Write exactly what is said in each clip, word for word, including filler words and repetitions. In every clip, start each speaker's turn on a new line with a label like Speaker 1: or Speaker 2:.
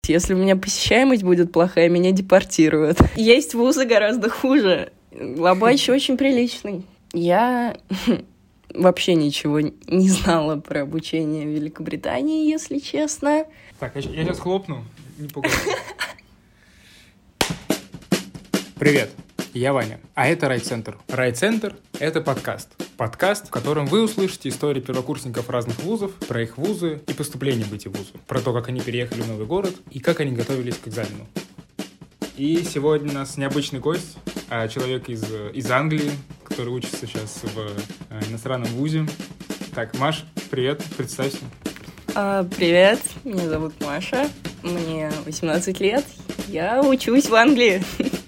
Speaker 1: Если у меня посещаемость будет плохая, меня депортируют. Есть вузы гораздо хуже. Лабач очень приличный. Я вообще ничего не знала про обучение в Великобритании, если честно.
Speaker 2: Так, я сейчас хлопну. Не пугайся. Привет, я Ваня, а это Райцентр. Райцентр — это подкаст. Подкаст, в котором вы услышите истории первокурсников разных вузов, про их вузы и поступление в эти вузы, про то, как они переехали в новый город и как они готовились к экзамену. И сегодня у нас необычный гость, а человек из, из Англии, который учится сейчас в иностранном вузе. Так, Маш, привет, представься.
Speaker 1: А, привет, меня зовут Маша, мне восемнадцать лет, я учусь в Англии.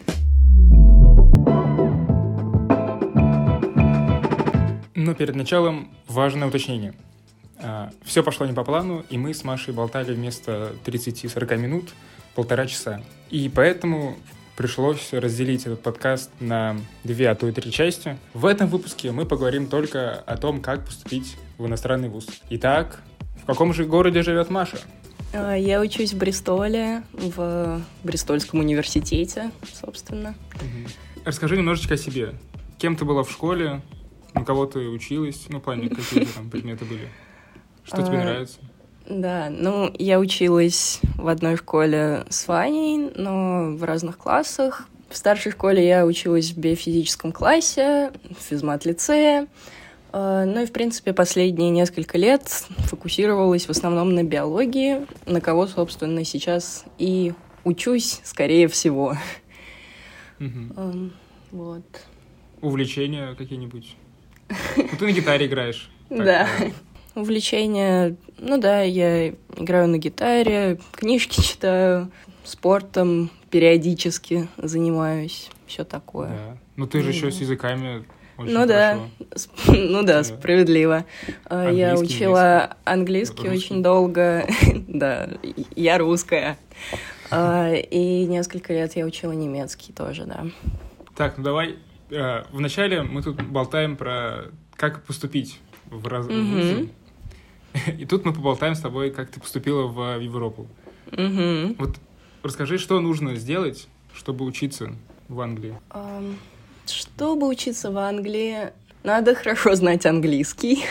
Speaker 2: Но перед началом важное уточнение. Все пошло не по плану, и мы с Машей болтали вместо тридцати-сорока минут полтора часа. И поэтому пришлось разделить этот подкаст на две, а то и три части. В этом выпуске мы поговорим только о том, как поступить в иностранный вуз. Итак, в каком же городе живет Маша?
Speaker 1: Я учусь в Бристоле, в Бристольском университете, собственно.
Speaker 2: Угу. Расскажи немножечко о себе. Кем ты была в школе? На кого ты училась? Ну, в плане, какие там предметы были? Что тебе
Speaker 1: а,
Speaker 2: нравится?
Speaker 1: Да, ну, я училась в одной школе с Ваней, но в разных классах. В старшей школе я училась в биофизическом классе, в физмат-лицее. Ну и, в принципе, последние несколько лет фокусировалась в основном на биологии, на кого, собственно, сейчас и учусь, скорее всего.
Speaker 2: Угу.
Speaker 1: Вот.
Speaker 2: Увлечения какие-нибудь? Ну, ты на гитаре играешь.
Speaker 1: Да. Увлечения, ну да, я играю на гитаре, книжки читаю, спортом периодически занимаюсь, все такое.
Speaker 2: Да. Ну ты же еще с языками очень
Speaker 1: ну
Speaker 2: хорошо.
Speaker 1: Да, ну да, справедливо.
Speaker 2: Английский,
Speaker 1: я учила английский
Speaker 2: русский.
Speaker 1: очень долго, да, я русская, и несколько лет я учила немецкий тоже, да.
Speaker 2: Так, ну давай, вначале мы тут болтаем про как поступить в разные вузы. И тут мы поболтаем с тобой, как ты поступила в Европу.
Speaker 1: Mm-hmm.
Speaker 2: Вот расскажи, что нужно сделать, чтобы учиться в Англии?
Speaker 1: Um, чтобы учиться в Англии, надо хорошо знать английский.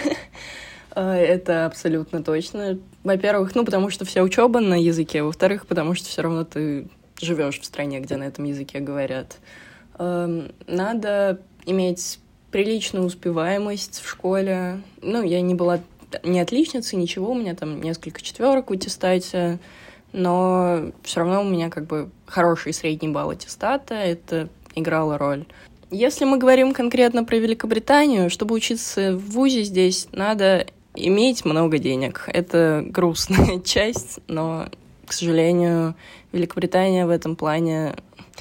Speaker 1: Это абсолютно точно. Во-первых, ну, потому что вся учеба на языке. Во-вторых, потому что все равно ты живешь в стране, где на этом языке говорят. Um, надо иметь приличную успеваемость в школе. Ну, я не была не отличницей, ничего, у меня там несколько четверок в аттестате, но все равно у меня как бы хороший средний балл аттестата, это играло роль. Если мы говорим конкретно про Великобританию, чтобы учиться в вузе здесь, надо иметь много денег. Это грустная часть, но, к сожалению, Великобритания в этом плане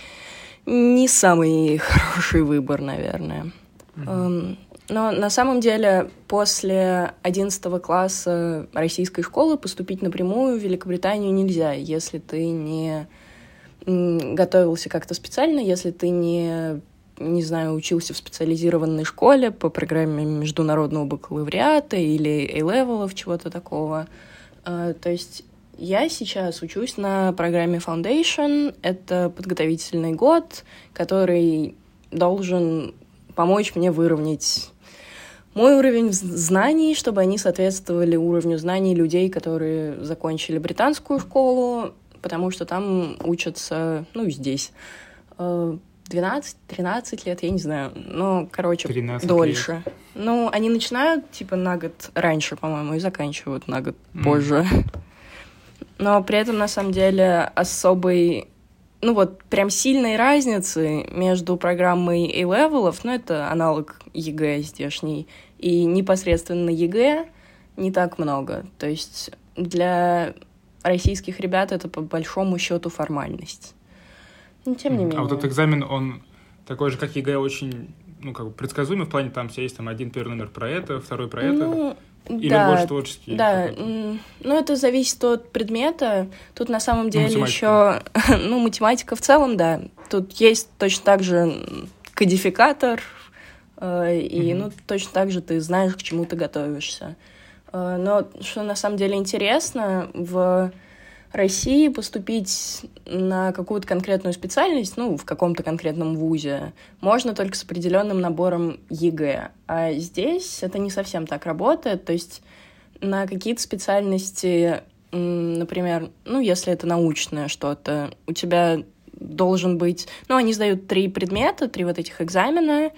Speaker 1: не самый хороший выбор, наверное. Mm-hmm. Но на самом деле после одиннадцатого класса российской школы поступить напрямую в Великобританию нельзя, если ты не готовился как-то специально, если ты не, не знаю, учился в специализированной школе по программе международного бакалавриата или A-левелов, чего-то такого. То есть я сейчас учусь на программе Foundation. Это подготовительный год, который должен помочь мне выровнять мой уровень знаний, чтобы они соответствовали уровню знаний людей, которые закончили британскую школу, потому что там учатся, ну, здесь, двенадцать-тринадцать лет, я не знаю, но, короче, дольше.
Speaker 2: Лет.
Speaker 1: Ну, они начинают, типа, на год раньше, по-моему, и заканчивают на год mm. позже. Но при этом, на самом деле, особой... Ну вот, прям сильной разницы между программой A-левелов, ну это аналог ЕГЭ здешний, и непосредственно ЕГЭ не так много. То есть для российских ребят это по большому счету формальность. Но тем не менее.
Speaker 2: А вот этот экзамен, он такой же, как ЕГЭ, очень, ну, как бы предсказуемый в плане, там есть там один первый номер про это, второй про это?
Speaker 1: Ну,
Speaker 2: или
Speaker 1: да,
Speaker 2: больше творческий?
Speaker 1: Да, ну это зависит от предмета. Тут на самом деле ну, еще... Ну, математика в целом, да. Тут есть точно так же кодификатор, э, и, mm-hmm. ну, точно так же ты знаешь, к чему ты готовишься. Э, но что на самом деле интересно, в России поступить на какую-то конкретную специальность, ну, в каком-то конкретном вузе, можно только с определенным набором ЕГЭ. А здесь это не совсем так работает. То есть на какие-то специальности, например, ну, если это научное что-то, у тебя должен быть... Ну, они сдают три предмета, три вот этих экзамена,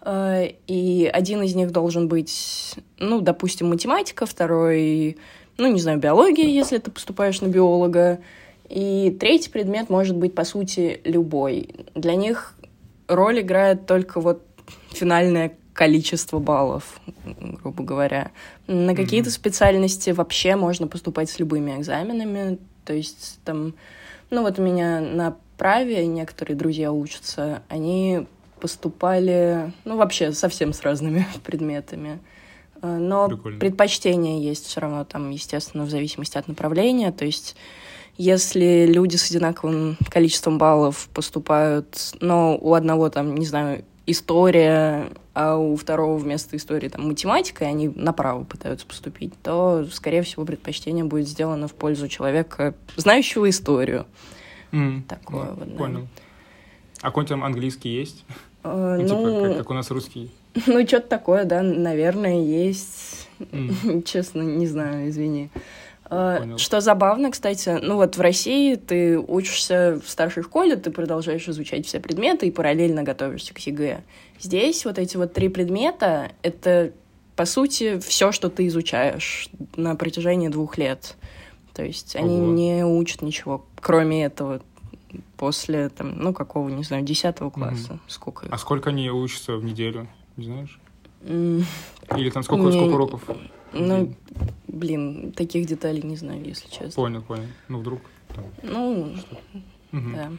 Speaker 1: и один из них должен быть, ну, допустим, математика, второй... ну, не знаю, биология, если ты поступаешь на биолога. И третий предмет может быть, по сути, любой. Для них роль играет только вот финальное количество баллов, грубо говоря. На какие-то mm-hmm. специальности вообще можно поступать с любыми экзаменами. То есть там... Ну, вот у меня на праве некоторые друзья учатся. Они поступали, ну, вообще совсем с разными предметами. Но Прикольно. Предпочтения есть все равно там, естественно, в зависимости от направления. То есть если люди с одинаковым количеством баллов поступают, но у одного там, не знаю, история, а у второго вместо истории там математика, и они направо пытаются поступить, то, скорее всего, предпочтение будет сделано в пользу человека, знающего историю. Mm. Такое yeah, вот, да.
Speaker 2: Понял. А какой там английский есть? Uh, ну, типа, ну, как, как у нас русский?
Speaker 1: Ну, что-то такое, да, наверное, есть. Mm. Честно, не знаю, извини. Понял. Что забавно, кстати, ну вот в России ты учишься в старшей школе, ты продолжаешь изучать все предметы и параллельно готовишься к ЕГЭ. Здесь вот эти вот три предмета — это, по сути, все, что ты изучаешь на протяжении двух лет. То есть Ого. Они не учат ничего, кроме этого, после, там, ну, какого, не знаю, десятого класса. Mm. Сколько?
Speaker 2: А сколько они учатся в неделю, не знаешь? Mm. Или там сколько, сколько уроков?
Speaker 1: Ну, блин, таких деталей не знаю, если честно.
Speaker 2: Понял, понял. Ну, вдруг там...
Speaker 1: Ну, угу. да.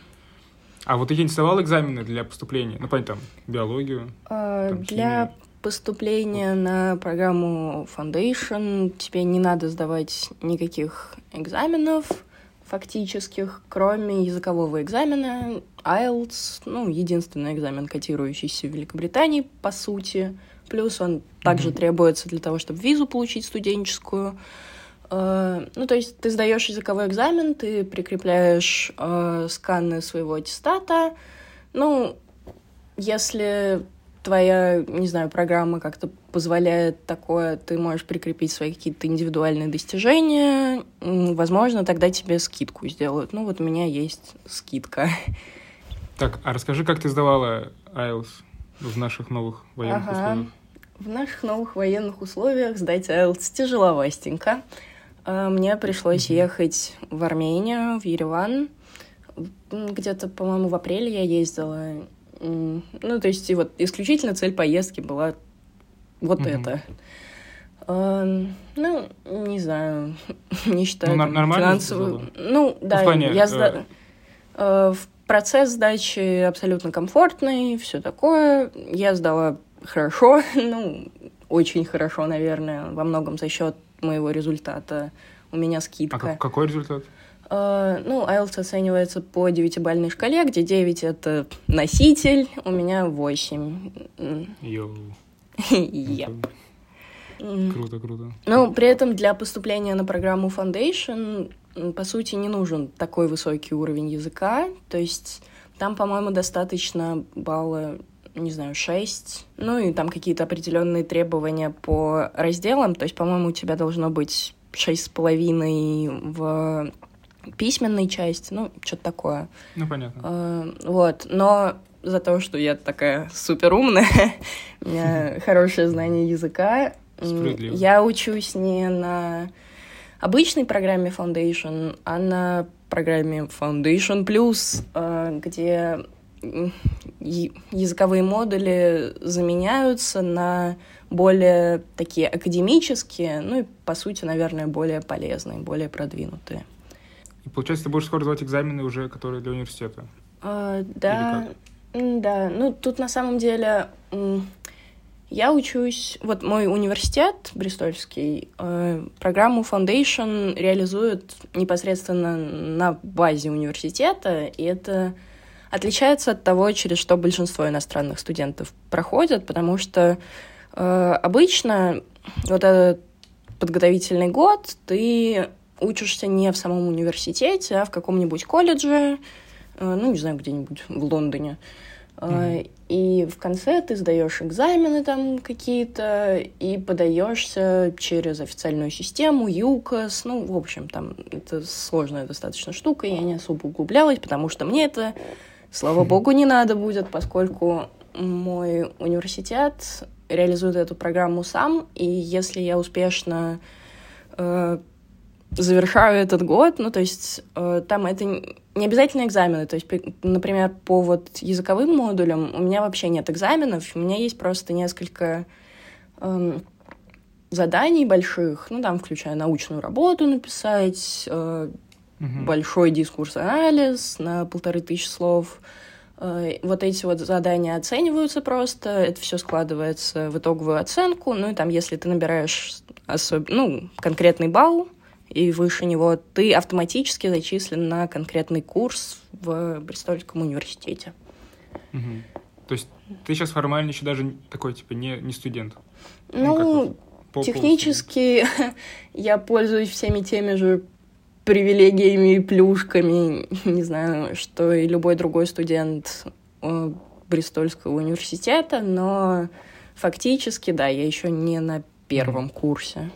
Speaker 2: А вот ты не сдавал экзамены для поступления? Ну, понятно, там, биологию?
Speaker 1: А,
Speaker 2: там,
Speaker 1: для
Speaker 2: химию.
Speaker 1: поступления на программу Foundation тебе не надо сдавать никаких экзаменов фактических, кроме языкового экзамена, айлтс, ну, единственный экзамен, котирующийся в Великобритании, по сути. Плюс он также mm-hmm. требуется для того, чтобы визу получить студенческую. Uh, ну, то есть ты сдаешь языковой экзамен, ты прикрепляешь uh, сканы своего аттестата. Ну, если твоя, не знаю, программа как-то позволяет такое, ты можешь прикрепить свои какие-то индивидуальные достижения. Возможно, тогда тебе скидку сделают. Ну, вот у меня есть скидка.
Speaker 2: Так, а расскажи, как ты сдавала айлтс в наших новых военных ага. условиях?
Speaker 1: В наших новых военных условиях сдать айлтс тяжеловастенько. Мне пришлось mm-hmm. ехать в Армению, в Ереван. Где-то, по-моему, в апреле я ездила. Ну, то есть, и вот исключительно цель поездки была вот mm-hmm. это. Ну, не знаю, не считаю
Speaker 2: ну, там,
Speaker 1: финансовую... Ну, да, ну, я сда... э... Процесс сдачи абсолютно комфортный, все такое. Я сдала хорошо, ну, очень хорошо, наверное, во многом за счет моего результата. У меня скидка.
Speaker 2: А какой результат?
Speaker 1: Uh, ну, айлтс оценивается по девятибалльной шкале, где девять — это носитель, у меня восемь.
Speaker 2: Йоу.
Speaker 1: Yep.
Speaker 2: Круто, круто.
Speaker 1: Ну, при этом для поступления на программу Foundation, по сути, не нужен такой высокий уровень языка. То есть там, по-моему, достаточно балла, не знаю, шесть. Ну, и там какие-то определенные требования по разделам. То есть, по-моему, у тебя должно быть шесть с половиной в письменной части. Ну, что-то такое.
Speaker 2: Ну, понятно.
Speaker 1: А, вот. Но за то, что я такая суперумная, у меня хорошее знание языка, я учусь не на обычной программе Foundation, а на программе Foundation Plus, где языковые модули заменяются на более такие академические, ну и, по сути, наверное, более полезные, более продвинутые.
Speaker 2: И, получается, ты будешь скоро сдавать экзамены уже, которые для университета?
Speaker 1: А, да, да. Ну, тут на самом деле я учусь... Вот мой университет бристольский э, программу Foundation реализует непосредственно на базе университета, и это отличается от того, через что большинство иностранных студентов проходят, потому что э, обычно вот этот подготовительный год ты учишься не в самом университете, а в каком-нибудь колледже, ну, не знаю, где-нибудь в Лондоне. Mm-hmm. И в конце ты сдаешь экзамены там какие-то и подаешься через официальную систему, ЮКОС. Ну, в общем, там это сложная достаточно штука, я не особо углублялась, потому что мне это, слава богу, не надо будет, поскольку мой университет реализует эту программу сам, и если я успешно э, завершаю этот год, ну, то есть э, там это не обязательно экзамены, то есть, например, по вот языковым модулям у меня вообще нет экзаменов, у меня есть просто несколько э, заданий больших, ну, там, включая научную работу написать, э, mm-hmm. большой дискурс-анализ на полторы тысячи слов. Вот эти вот задания оцениваются просто, это все складывается в итоговую оценку, ну и там, если ты набираешь особ... ну, конкретный балл и выше него, ты автоматически зачислен на конкретный курс в Бристольском университете.
Speaker 2: Угу. То есть ты сейчас формально еще даже такой, типа, не, не студент?
Speaker 1: Ну, ну вот, технически я пользуюсь всеми теми же привилегиями и плюшками, не знаю, что и любой другой студент э, Бристольского университета, но фактически, да, я еще не на первом mm-hmm. курсе.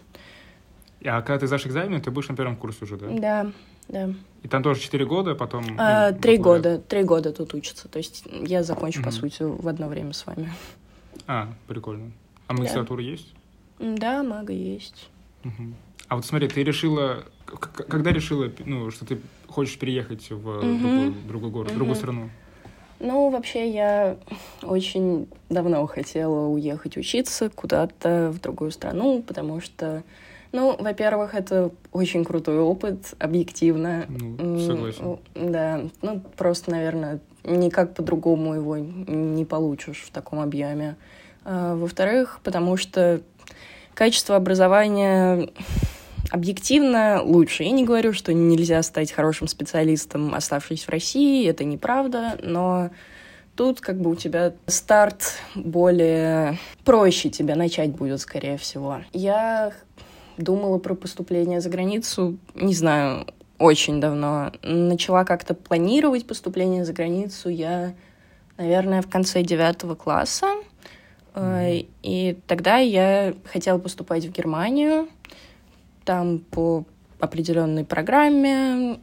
Speaker 2: А когда ты сдашь экзамен, ты будешь на первом курсе уже, да?
Speaker 1: Да, да.
Speaker 2: И там тоже четыре года, потом...
Speaker 1: А, три ну, года, три года тут учатся, то есть я закончу, mm-hmm. по сути, в одно время с вами.
Speaker 2: А, прикольно. А магистратура
Speaker 1: да.
Speaker 2: есть?
Speaker 1: Да, мага есть.
Speaker 2: Mm-hmm. А вот смотри, ты решила, когда решила, ну, что ты хочешь переехать в uh-huh. другой, другой город, uh-huh. в другую страну?
Speaker 1: Ну, вообще, я очень давно хотела уехать учиться куда-то в другую страну, потому что, ну, во-первых, это очень крутой опыт, объективно.
Speaker 2: Ну, согласен.
Speaker 1: Да, ну, просто, наверное, никак по-другому его не получишь в таком объеме. А, во-вторых, потому что качество образования объективно лучше. Я не говорю, что нельзя стать хорошим специалистом, оставшись в России, это неправда, но тут как бы у тебя старт более проще, тебя начать будет, скорее всего. Я думала про поступление за границу, не знаю, очень давно. Начала как-то планировать поступление за границу я, наверное, в конце девятого класса. Mm-hmm. И тогда я хотела поступать в Германию. Там по определенной программе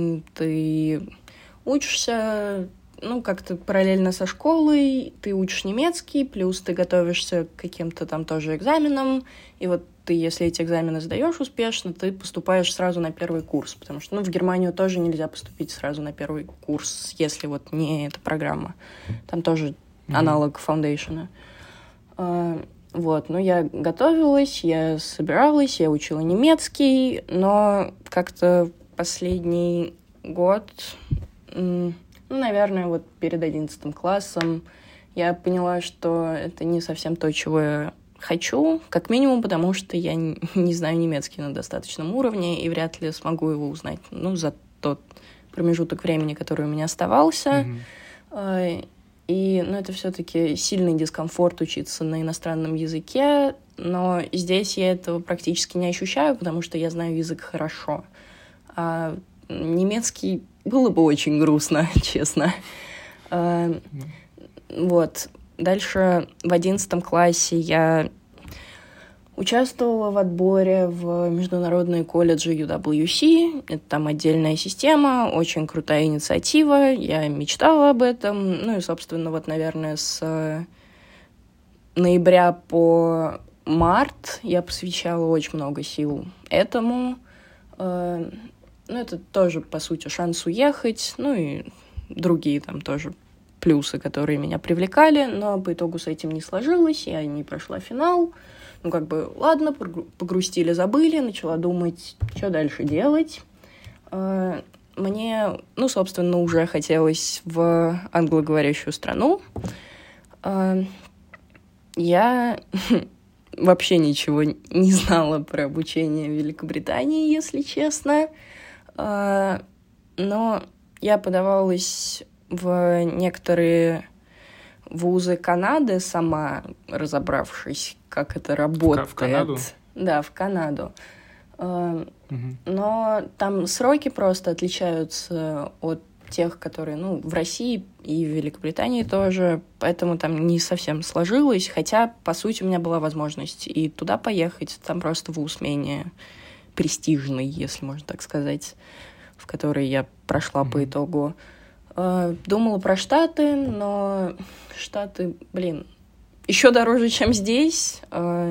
Speaker 1: ты учишься, ну, как-то параллельно со школой, ты учишь немецкий, плюс ты готовишься к каким-то там тоже экзаменам, и вот ты, если эти экзамены сдаешь успешно, ты поступаешь сразу на первый курс, потому что, ну, в Германию тоже нельзя поступить сразу на первый курс, если вот не эта программа. Там тоже mm-hmm. аналог фаундейшена. Вот, ну, я готовилась, я собиралась, я учила немецкий, но как-то последний год, ну, наверное, вот перед одиннадцатым классом я поняла, что это не совсем то, чего я хочу, как минимум, потому что я не знаю немецкий на достаточном уровне и вряд ли смогу его узнать, ну, за тот промежуток времени, который у меня оставался. Mm-hmm. И, ну, это все-таки сильный дискомфорт учиться на иностранном языке, но здесь я этого практически не ощущаю, потому что я знаю язык хорошо. А немецкий было бы очень грустно, честно. А, вот. Дальше в одиннадцатом классе я участвовала в отборе в международные колледжи ю дабл ю си. Это там отдельная система, очень крутая инициатива. Я мечтала об этом. Ну и, собственно, вот, наверное, с ноября по март я посвящала очень много сил этому. Ну, это тоже, по сути, шанс уехать. Ну и другие там тоже плюсы, которые меня привлекали. Но по итогу с этим не сложилось. Я не прошла финал. Ну, как бы, ладно, погрустили, забыли, начала думать, что дальше делать. Мне, ну, собственно, уже хотелось в англоговорящую страну. Я вообще ничего не знала про обучение в Великобритании, если честно. Но я подавалась в некоторые вузы Канады сама, разобравшись, как это работает.
Speaker 2: В Канаду?
Speaker 1: Да, в Канаду. Uh, mm-hmm. Но там сроки просто отличаются от тех, которые, ну, в России и в Великобритании тоже, поэтому там не совсем сложилось, хотя, по сути, у меня была возможность и туда поехать, там просто вуз менее престижный, если можно так сказать, в который я прошла mm-hmm. по итогу. Думала про Штаты, но Штаты, блин, еще дороже, чем здесь.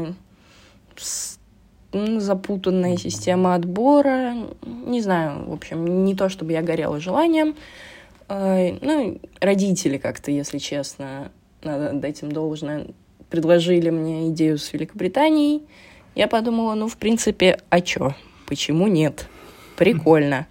Speaker 1: Запутанная система отбора. Не знаю, в общем, не то, чтобы я горела желанием. Ну, родители как-то, если честно, надо отдать им должное, предложили мне идею с Великобританией. Я подумала, ну, в принципе, а чё? Почему нет? Прикольно.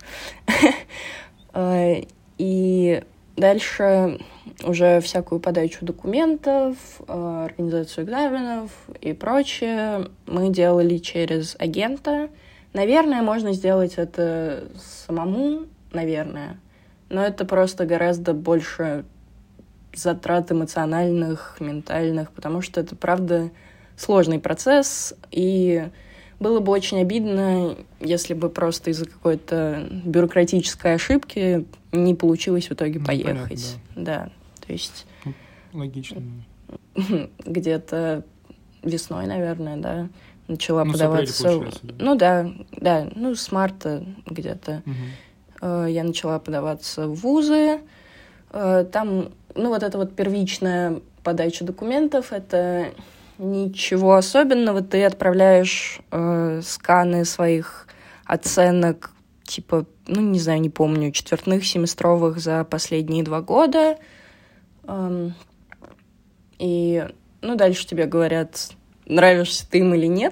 Speaker 1: И дальше уже всякую подачу документов, организацию экзаменов и прочее мы делали через агента. Наверное, можно сделать это самому, наверное, но это просто гораздо больше затрат эмоциональных, ментальных, потому что это, правда, сложный процесс, и было бы очень обидно, если бы просто из-за какой-то бюрократической ошибки не получилось в итоге ну, поехать.
Speaker 2: Понятно,
Speaker 1: да. да, то есть...
Speaker 2: Логично.
Speaker 1: Где-то весной, наверное, да, начала
Speaker 2: ну,
Speaker 1: подаваться...
Speaker 2: Да.
Speaker 1: Ну да, да, ну с марта где-то угу. я начала подаваться в вузы. Там, ну вот эта вот первичная подача документов, это... Ничего особенного, ты отправляешь э, сканы своих оценок, типа, ну, не знаю, не помню, четвертных, семестровых за последние два года. Эм, и, ну, дальше тебе говорят, нравишься ты им или нет.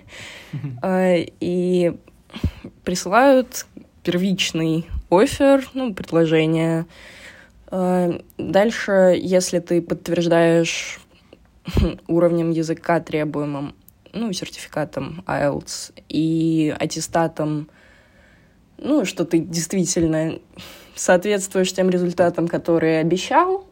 Speaker 1: И присылают первичный оффер, ну, предложение. Дальше, если ты подтверждаешь уровнем языка, требуемым, ну, сертификатом ай эл ти эс и аттестатом, ну, что ты действительно соответствуешь тем результатам, которые обещал,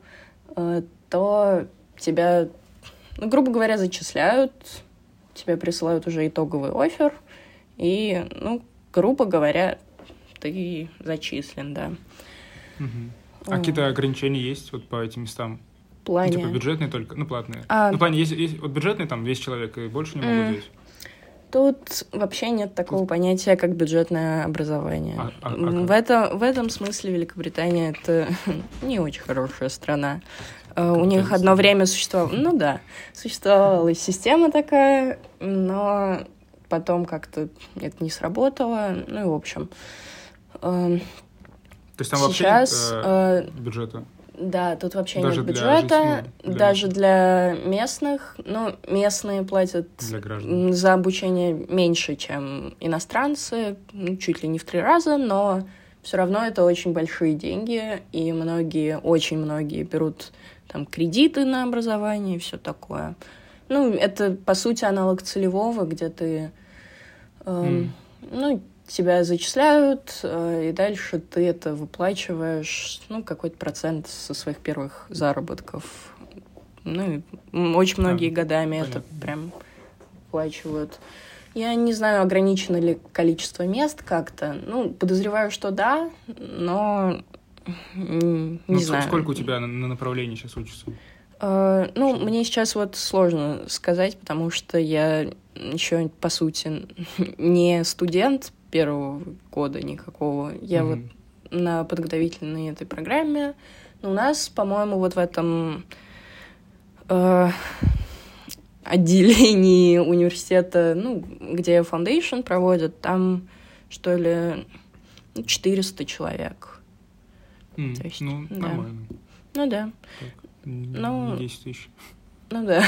Speaker 1: то тебя, ну, грубо говоря, зачисляют, тебе присылают уже итоговый оффер, и, ну, грубо говоря, ты зачислен, да.
Speaker 2: Угу. А какие-то ограничения есть вот по этим местам?
Speaker 1: В плане...
Speaker 2: Ну, типа бюджетные только, ну, платные.
Speaker 1: А...
Speaker 2: Ну, в плане, есть, есть вот бюджетные, там, двести человек, и больше не могут mm. взять.
Speaker 1: Тут вообще нет такого Тут... понятия, как бюджетное образование.
Speaker 2: А, а, а
Speaker 1: в, это, в этом смысле Великобритания — это не очень хорошая страна. Как У них одно время существовала... Ну да, существовала система такая, но потом как-то это не сработало. Ну и в общем...
Speaker 2: То есть там
Speaker 1: сейчас,
Speaker 2: вообще нет э, бюджета?
Speaker 1: Да, тут вообще
Speaker 2: даже
Speaker 1: нет бюджета,
Speaker 2: для
Speaker 1: даже для местных. Ну, местные платят за обучение меньше, чем иностранцы, ну, чуть ли не в три раза, но все равно это очень большие деньги, и многие, очень многие берут там кредиты на образование и все такое. Ну, это, по сути, аналог целевого, где ты, э, mm. ну, тебя зачисляют, и дальше ты это выплачиваешь, ну, какой-то процент со своих первых заработков. Ну, и очень многие а, годами понятно. Это прям выплачивают. Я не знаю, ограничено ли количество мест как-то. Ну, подозреваю, что да, но не ну, знаю.
Speaker 2: Сколько у тебя на направлении сейчас учатся?
Speaker 1: Uh, ну, что? Мне сейчас вот сложно сказать, потому что я еще, по сути, не студент первого года никакого. Я mm-hmm. вот на подготовительной этой программе. Но у нас, по-моему, вот в этом э, отделении университета, ну, где Foundation проводят, там, что ли, четыреста человек.
Speaker 2: Mm, То есть, ну, да. Нормально.
Speaker 1: Ну, да.
Speaker 2: Так,
Speaker 1: ну,
Speaker 2: десять тысяч.
Speaker 1: Ну, да.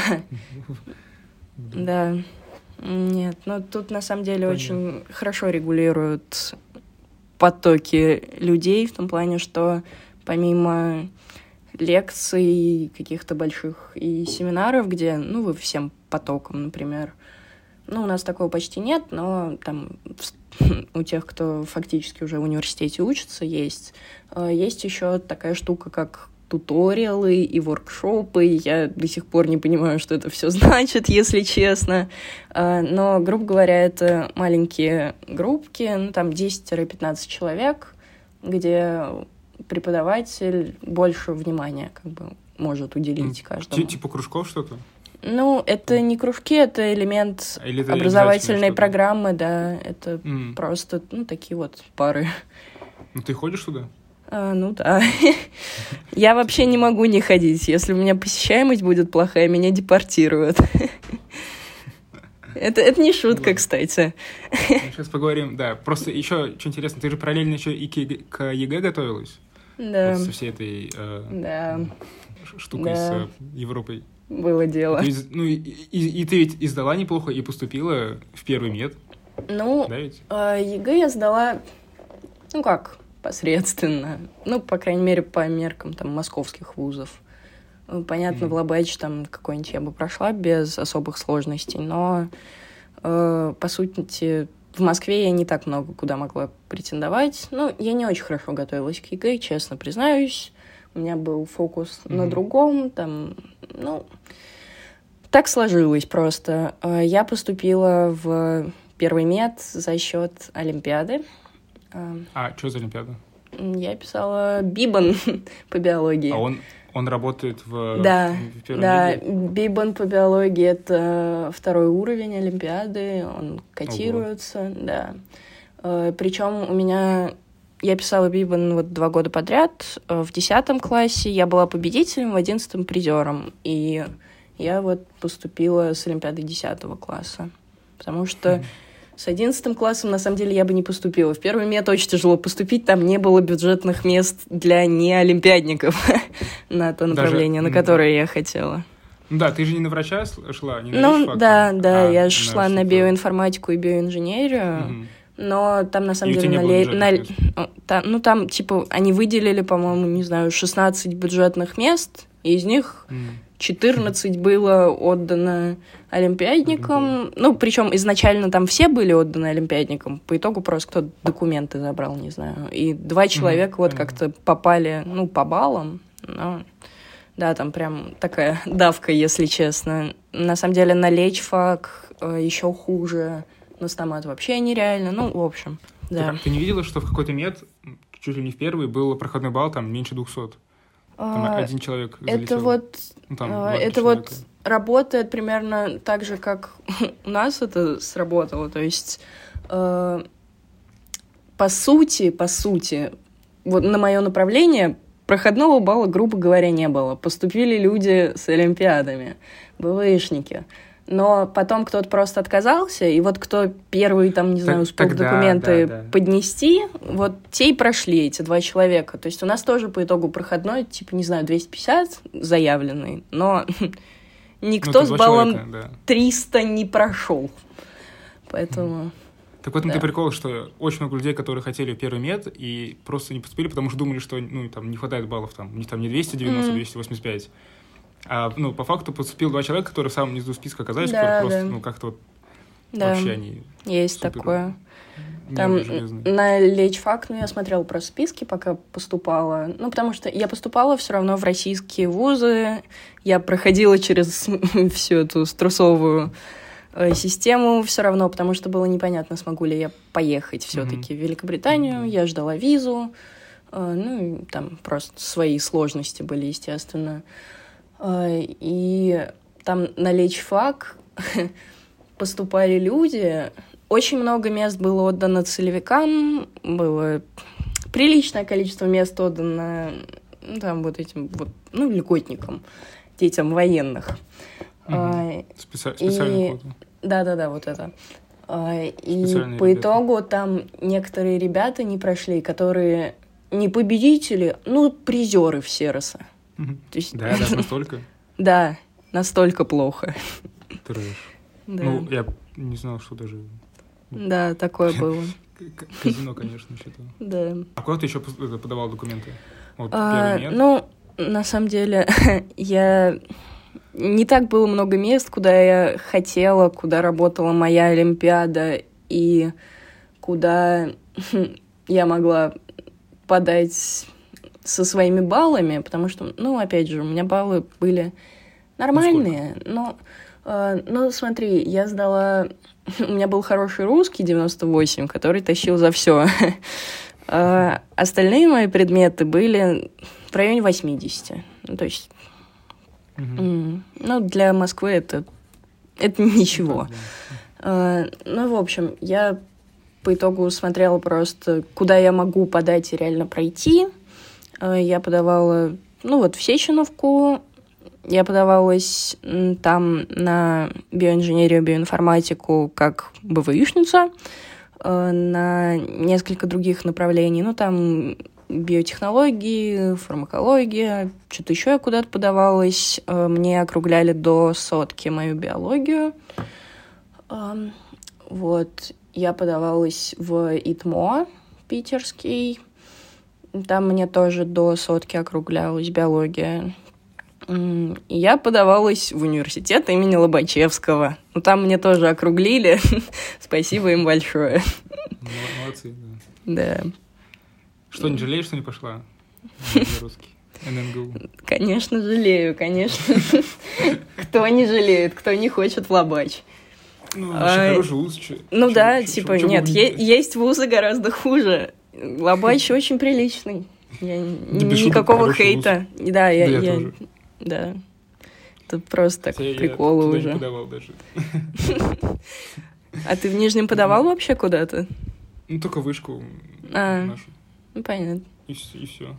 Speaker 1: Да. Нет, но тут на самом деле Понятно. Очень хорошо регулируют потоки людей, в том плане, что помимо лекций, каких-то больших и семинаров, где, ну, вы всем потоком, например, ну, у нас такого почти нет, но там у тех, кто фактически уже в университете учится, есть. Есть еще такая штука, как туториалы и воркшопы. Я до сих пор не понимаю, что это все значит, если честно. Но, грубо говоря, это маленькие группки, ну, там десять-пятнадцать человек, где преподаватель больше внимания как бы может уделить каждому.
Speaker 2: Типа кружков что-то?
Speaker 1: Ну, это не кружки, это элемент это образовательной программы, да. Это mm. просто, ну, такие вот пары.
Speaker 2: Ну, ты ходишь туда?
Speaker 1: А, ну да. Я вообще не могу не ходить. Если у меня посещаемость будет плохая, меня депортируют. Это, это не шутка, да. Кстати.
Speaker 2: Сейчас поговорим, да. Просто еще, что интересно, ты же параллельно еще и к ЕГЭ готовилась?
Speaker 1: Да.
Speaker 2: Вот со всей этой э,
Speaker 1: да.
Speaker 2: штукой
Speaker 1: да.
Speaker 2: с Европой.
Speaker 1: Было дело.
Speaker 2: Ты, ну, и, и, и ты ведь и сдала неплохо, и поступила в первый мед.
Speaker 1: Ну,
Speaker 2: да, ведь?
Speaker 1: Э, ЕГЭ я сдала, ну как, посредственно. Ну, по крайней мере, по меркам там московских вузов. Понятно, mm-hmm. в Лабэч там какой-нибудь я бы прошла без особых сложностей, но, э, по сути, в Москве я не так много куда могла претендовать. Ну, я не очень хорошо готовилась к ЕГЭ, честно признаюсь. У меня был фокус mm-hmm. на другом, там, ну, так сложилось просто. Я поступила в первый мед за счет Олимпиады.
Speaker 2: А, что за Олимпиада?
Speaker 1: Я писала Бибан по биологии.
Speaker 2: А он... Он работает в,
Speaker 1: да,
Speaker 2: в первом
Speaker 1: да,
Speaker 2: виде?
Speaker 1: Бибан по биологии — это второй уровень Олимпиады, он котируется, Ого. да. Причем у меня... Я писала Бибан вот два года подряд. В десятом классе я была победителем, в одиннадцатом — призером. И я вот поступила с Олимпиады десятого класса. Потому что... Mm-hmm. С одиннадцатым классом, на самом деле, я бы не поступила. В первый мед очень тяжело поступить, там не было бюджетных мест для неолимпиадников на то направление, Даже... на которое я хотела.
Speaker 2: Ну да, ты же не на врача шла, не на
Speaker 1: Ну
Speaker 2: вещфак,
Speaker 1: да, да,
Speaker 2: а
Speaker 1: я шла на биоинформатику и биоинженерию, угу. но там, на самом
Speaker 2: и
Speaker 1: деле, на ле... на... Там, ну там, типа, они выделили, по-моему, не знаю, шестнадцать бюджетных мест, и из них... Угу. четырнадцать было отдано олимпиадникам. Ну, причем изначально там все были отданы олимпиадникам. По итогу просто кто-то документы забрал, не знаю. И два человека mm-hmm. вот как-то попали, ну, по баллам. Но, да, там прям такая давка, если честно. На самом деле на лечфак еще хуже. На стомат вообще нереально. Ну, в общем, да.
Speaker 2: Ты, ты не видела, что в какой-то мед, чуть ли не в первый, был проходной балл там меньше двухсот? Там а, один человек залетел.
Speaker 1: Это вот, ну, там, а, это вот работает примерно так же, как у нас это сработало. То есть, э, по сути, по сути, вот на мое направление проходного балла, грубо говоря, не было. Поступили люди с олимпиадами, БВшники. Но потом кто-то просто отказался, и вот кто первый, там, не знаю, успел Тогда, документы да, да. поднести, вот те и прошли, эти два человека. То есть у нас тоже по итогу проходной, типа, не знаю, двести пятьдесят заявленный, но никто ну, с баллом человека, да. триста не прошел. Поэтому...
Speaker 2: Так в этом-то
Speaker 1: да.
Speaker 2: прикол, что очень много людей, которые хотели в первый мед, и просто не поступили, потому что думали, что ну, там, не хватает баллов, там, у них там не двести девяносто, mm-hmm. двести восемьдесят пять. А, ну, по факту поступил два человека, которые в самом низу списка оказались, да, которые просто, да. ну, как-то вот да. вообще они...
Speaker 1: Есть такое. Там на лечфак, ну, я смотрела просто списки, пока поступала. Ну, потому что я поступала все равно в российские вузы. Я проходила через всю эту струсовую систему все равно, потому что было непонятно, смогу ли я поехать все-таки mm-hmm. в Великобританию. Mm-hmm. Я ждала визу. Ну, и там просто свои сложности были, естественно. И там на лечфак поступали люди. Очень много мест было отдано целевикам. Было приличное количество мест отдано ну, там вот этим вот, ну, льготникам, детям военных.
Speaker 2: Угу. Специ... Специальный код.
Speaker 1: Да-да-да, вот это. И по итогу там некоторые ребята не прошли, которые не победители, ну, призеры в Сероса.
Speaker 2: Угу. Есть... Да, да, настолько?
Speaker 1: Да, настолько плохо.
Speaker 2: Трэш. Да. Ну, я не знал, что даже...
Speaker 1: Да, такое было.
Speaker 2: Казино, конечно, считал.
Speaker 1: Да.
Speaker 2: А куда ты еще подавал документы? Вот
Speaker 1: а,
Speaker 2: первый нет?
Speaker 1: Ну, на самом деле, я... Не так было много мест, куда я хотела, куда работала моя Олимпиада, и куда я могла подать со своими баллами, потому что, ну, опять же, у меня баллы были нормальные, ну, но, э, ну, смотри, я сдала... У меня был хороший русский девяносто восемь, который тащил за все. А остальные мои предметы были в районе восемьдесят. Ну, то есть... Mm-hmm. Ну, для Москвы это, это ничего. Mm-hmm. Ну, в общем, я по итогу смотрела просто, куда я могу подать и реально пройти. Я подавала, ну, вот в Сеченовку. Я подавалась там на биоинженерию, биоинформатику как БВИшница, на несколько других направлений. Ну, там биотехнологии, фармакология, что-то еще я куда-то подавалась. Мне округляли до сотки мою биологию. Вот. Я подавалась в ИТМО питерский. Там мне тоже до сотки округлялась биология. И я подавалась в университет имени Лобачевского. Ну, там мне тоже округлили. Спасибо им большое.
Speaker 2: Молодцы,
Speaker 1: да. Да.
Speaker 2: Что, не жалеешь, что не пошла на русский? эн эн гэ у?
Speaker 1: Конечно, жалею, конечно. Кто не жалеет, кто не хочет в Лобач.
Speaker 2: Ну, а, хороший вуз. Чё,
Speaker 1: ну
Speaker 2: чё,
Speaker 1: да,
Speaker 2: чё,
Speaker 1: типа,
Speaker 2: чё,
Speaker 1: нет,
Speaker 2: чё
Speaker 1: е- есть вузы гораздо хуже. Лобач очень приличный. Я, да никакого хейта. Вуз. Да, я,
Speaker 2: да, я,
Speaker 1: я
Speaker 2: тоже.
Speaker 1: Да. Это просто так
Speaker 2: я,
Speaker 1: приколы
Speaker 2: я
Speaker 1: уже.
Speaker 2: Я подавал даже.
Speaker 1: А ты в Нижнем подавал вообще куда-то?
Speaker 2: Ну, только вышку
Speaker 1: а,
Speaker 2: нашу.
Speaker 1: Ну, понятно.
Speaker 2: И, и все.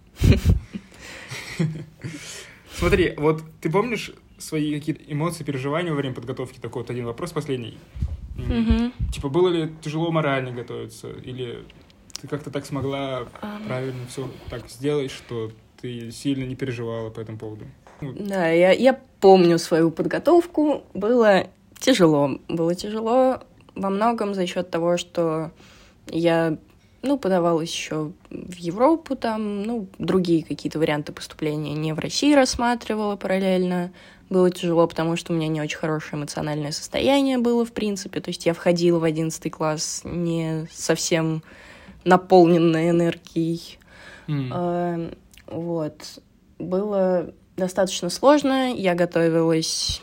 Speaker 2: Смотри, вот ты помнишь свои какие-то эмоции, переживания во время подготовки? Такой вот один вопрос последний.
Speaker 1: Mm-hmm.
Speaker 2: Типа, было ли тяжело морально готовиться? Или ты как-то так смогла um... правильно все так сделать, что ты сильно не переживала по этому поводу?
Speaker 1: Да, я, я помню свою подготовку. Было тяжело. Было тяжело во многом за счет того, что я, ну, подавалась еще в Европу, там, ну, другие какие-то варианты поступления не в России рассматривала параллельно. Было тяжело, потому что у меня не очень хорошее эмоциональное состояние было, в принципе. То есть я входила в одиннадцатый класс не совсем наполненной энергией. Mm. А, вот. Было достаточно сложно. Я готовилась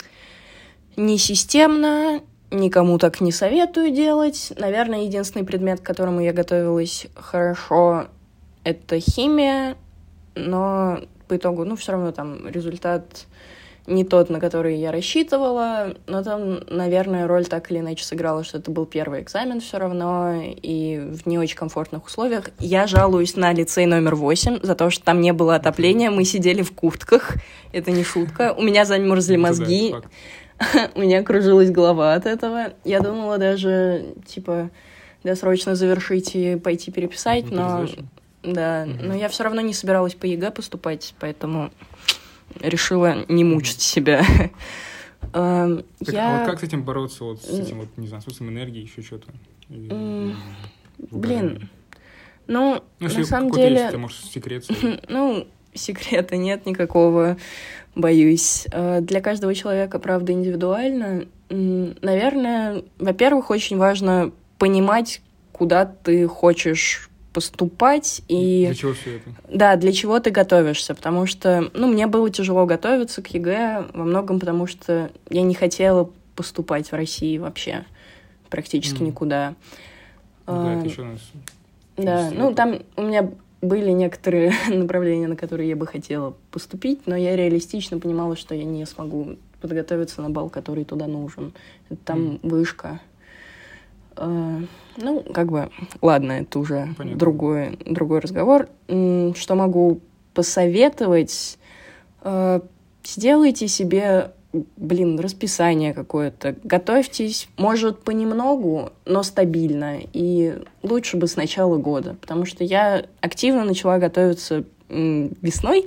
Speaker 1: несистемно, никому так не советую делать. Наверное, единственный предмет, к которому я готовилась хорошо, это химия, но по итогу, ну, все равно там результат не тот, на который я рассчитывала, но там, наверное, роль так или иначе сыграла, что это был первый экзамен все равно, и в не очень комфортных условиях. Я жалуюсь на лицей номер восемь за то, что там не было отопления, мы сидели в куртках, это не шутка, у меня замерзли мозги, у меня кружилась голова от этого. Я думала даже, типа, досрочно завершить и пойти переписать, но... Да, mm-hmm. но я все равно не собиралась по ЕГЭ поступать, поэтому решила не мучить mm-hmm. себя.
Speaker 2: так, я... А вот как с этим бороться, вот, с этим, вот, не знаю, с отсутствием энергии, еще что-то?
Speaker 1: Mm-hmm. Блин, ну,
Speaker 2: ну
Speaker 1: на самом деле...
Speaker 2: Есть, может, секрет?
Speaker 1: ну, секрета нет никакого, боюсь. Для каждого человека, правда, индивидуально. Наверное, во-первых, очень важно понимать, куда ты хочешь поступать и...
Speaker 2: Для чего все это?
Speaker 1: Да, для чего ты готовишься, потому что, ну, мне было тяжело готовиться к ЕГЭ во многом, потому что я не хотела поступать в России вообще практически mm. никуда.
Speaker 2: Ну, а, да, это еще у нас...
Speaker 1: Да, ну, там у меня были некоторые направления, на которые я бы хотела поступить, но я реалистично понимала, что я не смогу подготовиться на балл, который туда нужен. Там mm. вышка. Ну, как бы, ладно, это уже другой, другой разговор. Что могу посоветовать? Сделайте себе, блин, расписание какое-то. Готовьтесь, может, понемногу, но стабильно. И лучше бы с начала года, потому что я активно начала готовиться весной.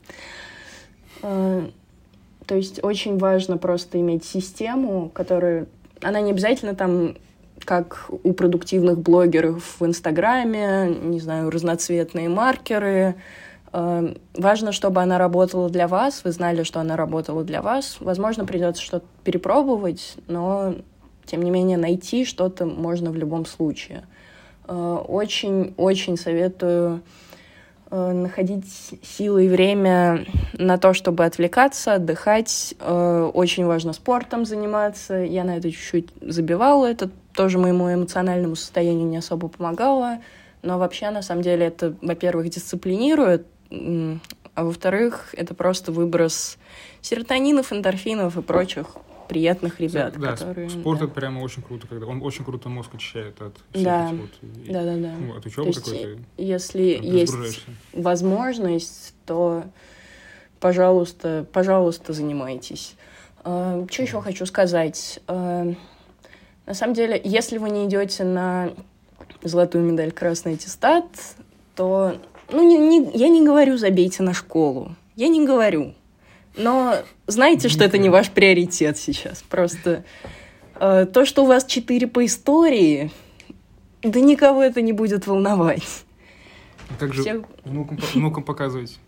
Speaker 1: То есть очень важно просто иметь систему, которая... Она не обязательно там... как у продуктивных блогеров в Инстаграме, не знаю, разноцветные маркеры. Э, важно, чтобы она работала для вас, вы знали, что она работала для вас. Возможно, придется что-то перепробовать, но, тем не менее, найти что-то можно в любом случае. Очень-очень э, советую э, находить силы и время на то, чтобы отвлекаться, отдыхать. Э, очень важно спортом заниматься. Я на это чуть-чуть забивала. Это тоже моему эмоциональному состоянию не особо помогало. Но вообще, на самом деле, это, во-первых, дисциплинирует, а во-вторых, это просто выброс серотонинов, эндорфинов и прочих приятных ребят,
Speaker 2: да,
Speaker 1: которые...
Speaker 2: Спорт
Speaker 1: да.
Speaker 2: это прямо очень круто, когда он очень круто мозг очищает от всех
Speaker 1: да.
Speaker 2: этих вот... И,
Speaker 1: да, да, да.
Speaker 2: Ну, от учебы
Speaker 1: То
Speaker 2: какой-то.
Speaker 1: Если есть возможность, то, пожалуйста, пожалуйста, занимайтесь. Uh, что еще хочу сказать? Uh, на самом деле, если вы не идете на золотую медаль «Красный аттестат», то... Ну, не, не, я не говорю «забейте на школу». Я не говорю. Но знаете, что это не ваш приоритет сейчас. Просто э, то, что у вас четыре по истории, да никого это не будет волновать.
Speaker 2: Как же Все... внукам, внукам показывать?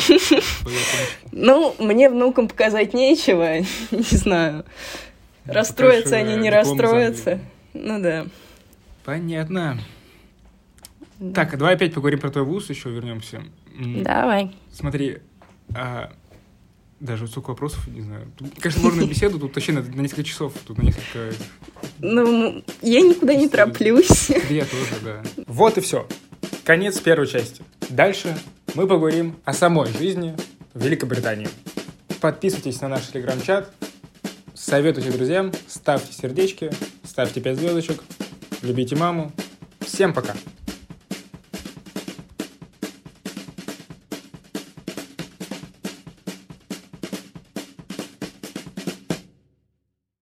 Speaker 1: Ну, мне внукам показать нечего. Не знаю. Расстроятся они, не расстроятся. Ну да.
Speaker 2: Понятно. Так, давай опять поговорим про твой вуз, еще вернемся.
Speaker 1: Давай.
Speaker 2: Смотри, а, даже вот столько вопросов, не знаю. Тут, конечно, можно беседу, тут вообще на, на несколько часов, тут на несколько...
Speaker 1: Ну, я никуда не тороплюсь.
Speaker 2: Я тоже, да. Вот и все. Конец первой части. Дальше мы поговорим о самой жизни в Великобритании. Подписывайтесь на наш телеграм-чат, советуйте друзьям, ставьте сердечки, ставьте пять звездочек, любите маму. Всем пока!